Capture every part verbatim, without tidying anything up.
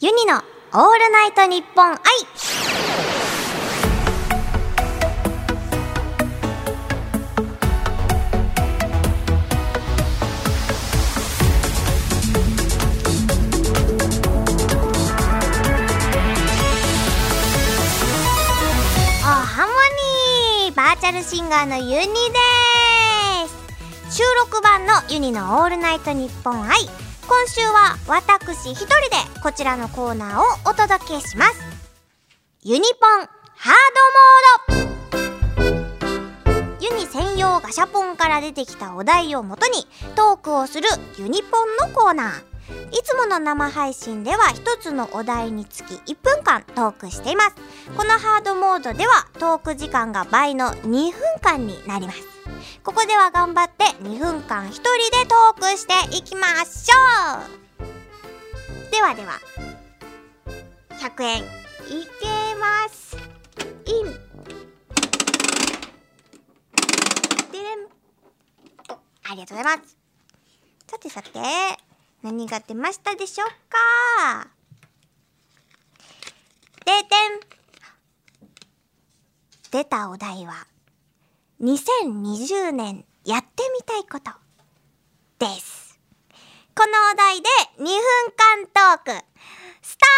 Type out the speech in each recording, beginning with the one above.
ユニのオールナイトニッポン愛。おハモニー、バーチャルシンガーのユニです。収録版のユニのオールナイトニッポン愛、今週は私一人でこちらのコーナーをお届けします。ユニポンハードモード。ユニ専用ガシャポンから出てきたお題をもとにトークをするユニポンのコーナー。いつもの生配信では一つのお題につきいっぷんかんトークしています。このハードモードではトーク時間が倍のにふんかんになります。ここでは頑張ってにふんかん一人でトークしていきましょう。ではではひゃくえんいけます。インでれん。お、ありがとうございます。さてさて何が出ましたでしょうか。でてん。出たお題はにせんにじゅうねんやってみたいことです。このお題でにふんかんトークスタ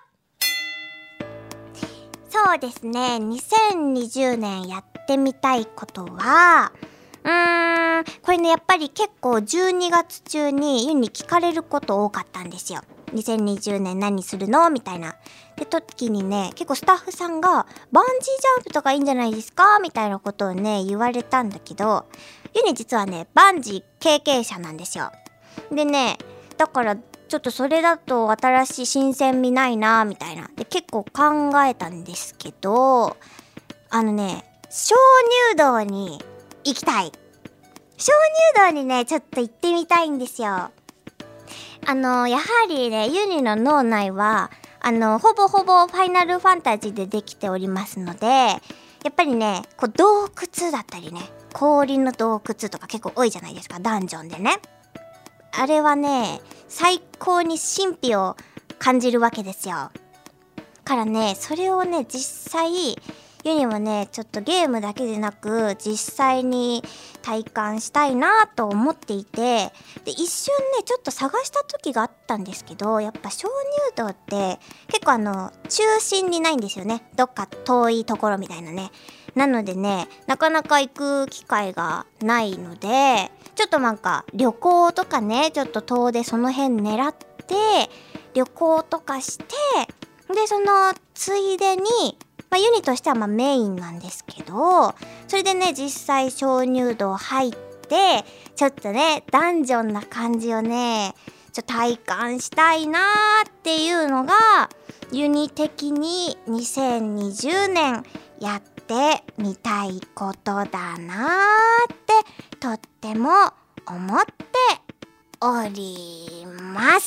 ート。そうですね、にせんにじゅうねんやってみたいことはうーんこれね、やっぱり結構じゅうにがつ中にユニ聞かれること多かったんですよ。にせんにじゅうねん何するのみたいな。で時にね、結構スタッフさんがバンジージャンプとかいいんじゃないですかみたいなことをね言われたんだけど、ユニ実はねバンジー経験者なんですよ。でね、だからちょっとそれだと新しい新鮮味ないなみたいなで結構考えたんですけど、あのね鍾乳洞に行きたい。鍾乳洞にねちょっと行ってみたいんですよ。あのやはりねユニの脳内はあのほぼほぼファイナルファンタジーでできておりますので、やっぱりねこう洞窟だったりね、氷の洞窟とか結構多いじゃないですか、ダンジョンでね。あれはね最高に神秘を感じるわけですよ。からねそれをね実際ユニもねちょっとゲームだけでなく実際に体感したいなと思っていて、で一瞬ねちょっと探した時があったんですけど、やっぱ鍾乳洞って結構あの中心にないんですよね。どっか遠いところみたいなね。なのでねなかなか行く機会がないので、ちょっとなんか旅行とかねちょっと遠出その辺狙って旅行とかして、でそのついでにまあ、ユニとしてはまあメインなんですけど、それでね実際鍾乳洞入ってちょっとねダンジョンな感じをねちょっと体感したいなーっていうのがユニ的ににせんにじゅうねんやってみたいことだなーってとっても思っております。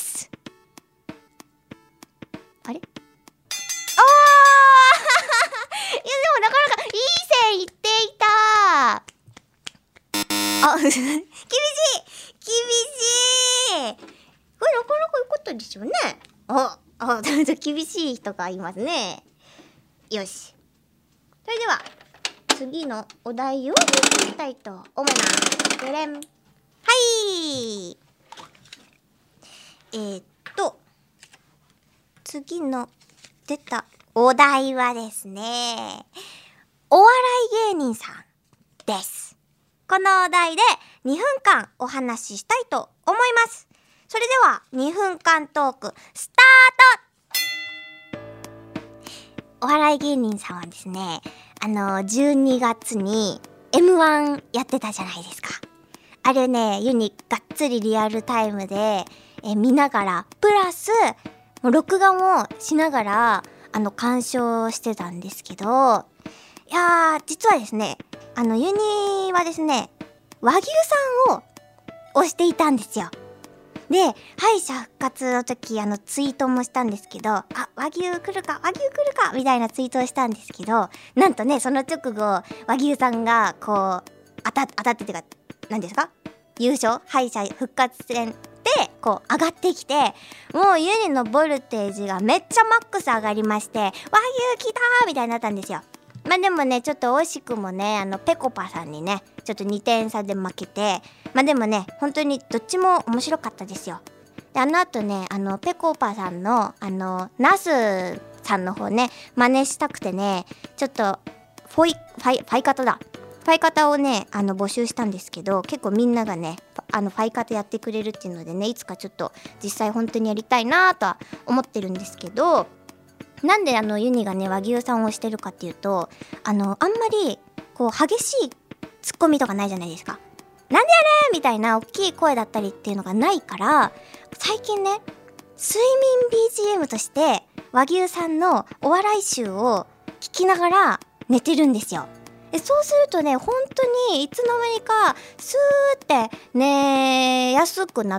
あれ？いやでもなかなかいい線いっていた。あ、厳しい厳しい。これなかなか良かったですよね。あ、あ、厳しい人がいますね。よし。それでは次のお題を見ていきたいと思います。でれん。はい。えー、っと次の出たお題はですね、お笑い芸人さんです。このお題でにふんかんお話ししたいと思います。それではにふんかんトークスタート。お笑い芸人さんはですね、あのじゅうにがつに エムワン やってたじゃないですか。あれねユニがっつりリアルタイムでえ見ながらプラスもう録画もしながらあの鑑賞してたんですけど、いやー実はですねあのユニはですね和牛さんを推していたんですよ。で敗者復活の時あのツイートもしたんですけど、あ和牛来るか和牛来るかみたいなツイートをしたんですけど、なんとねその直後和牛さんがこう当た当たっててか何ですか優勝敗者復活戦ってこう上がってきて、もうユニのボルテージがめっちゃマックス上がりまして、和牛来たーみたいになったんですよ。まあでもね、ちょっと惜しくもね、あのぺこぱさんにねちょっとにてん差で負けて、まあでもね本当にどっちも面白かったですよ。であの後ね、あのぺこぱさんのあのナスさんの方ね真似したくてね、ちょっとフォイファイファイ方だファイ方をねあの募集したんですけど、結構みんながねあのファイ方やってくれるっていうのでね、いつかちょっと実際本当にやりたいなとは思ってるんですけど、なんであのユニがね和牛さんをしてるかっていうと、あのあんまりこう激しいツッコミとかないじゃないですか。なんでやねんみたいな大きい声だったりっていうのがないから、最近ね睡眠 ビージーエム として和牛さんのお笑い集を聞きながら寝てるんですよ。でそうするとね、本当にいつの間にかスーって寝やすくなって、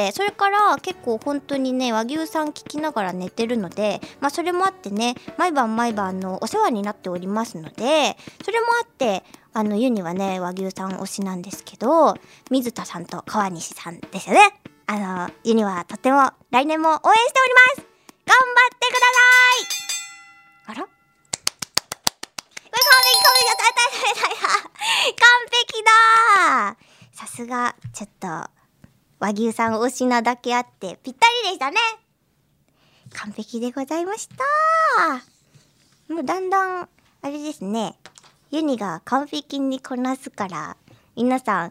それから結構本当にね和牛さん聞きながら寝てるので、まあそれもあってね毎晩毎晩のお世話になっておりますので、それもあってあのユニはね和牛さん推しなんですけど、水田さんと川西さんですよね。あのユニはとても来年も応援しております。頑張ってください。あら、完璧だー。さすがちょっと和牛さん推しなだけあってぴったりでしたね。完璧でございました。もうだんだんあれですね、ユニが完璧にこなすから皆さん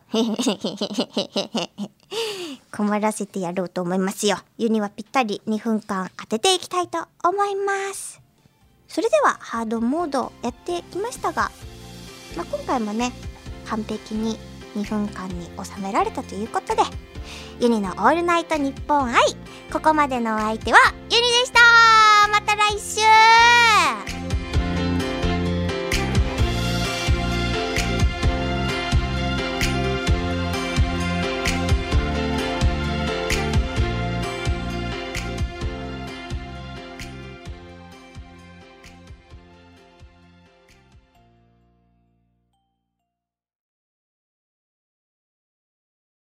困らせてやろうと思いますよ。ユニはぴったりにふんかん当てていきたいと思います。それではハードモードやってきましたが、まあ、今回もね完璧ににふんかんに収められたということで、ユニのオールナイトニッポン愛、ここまでのお相手はユニでした。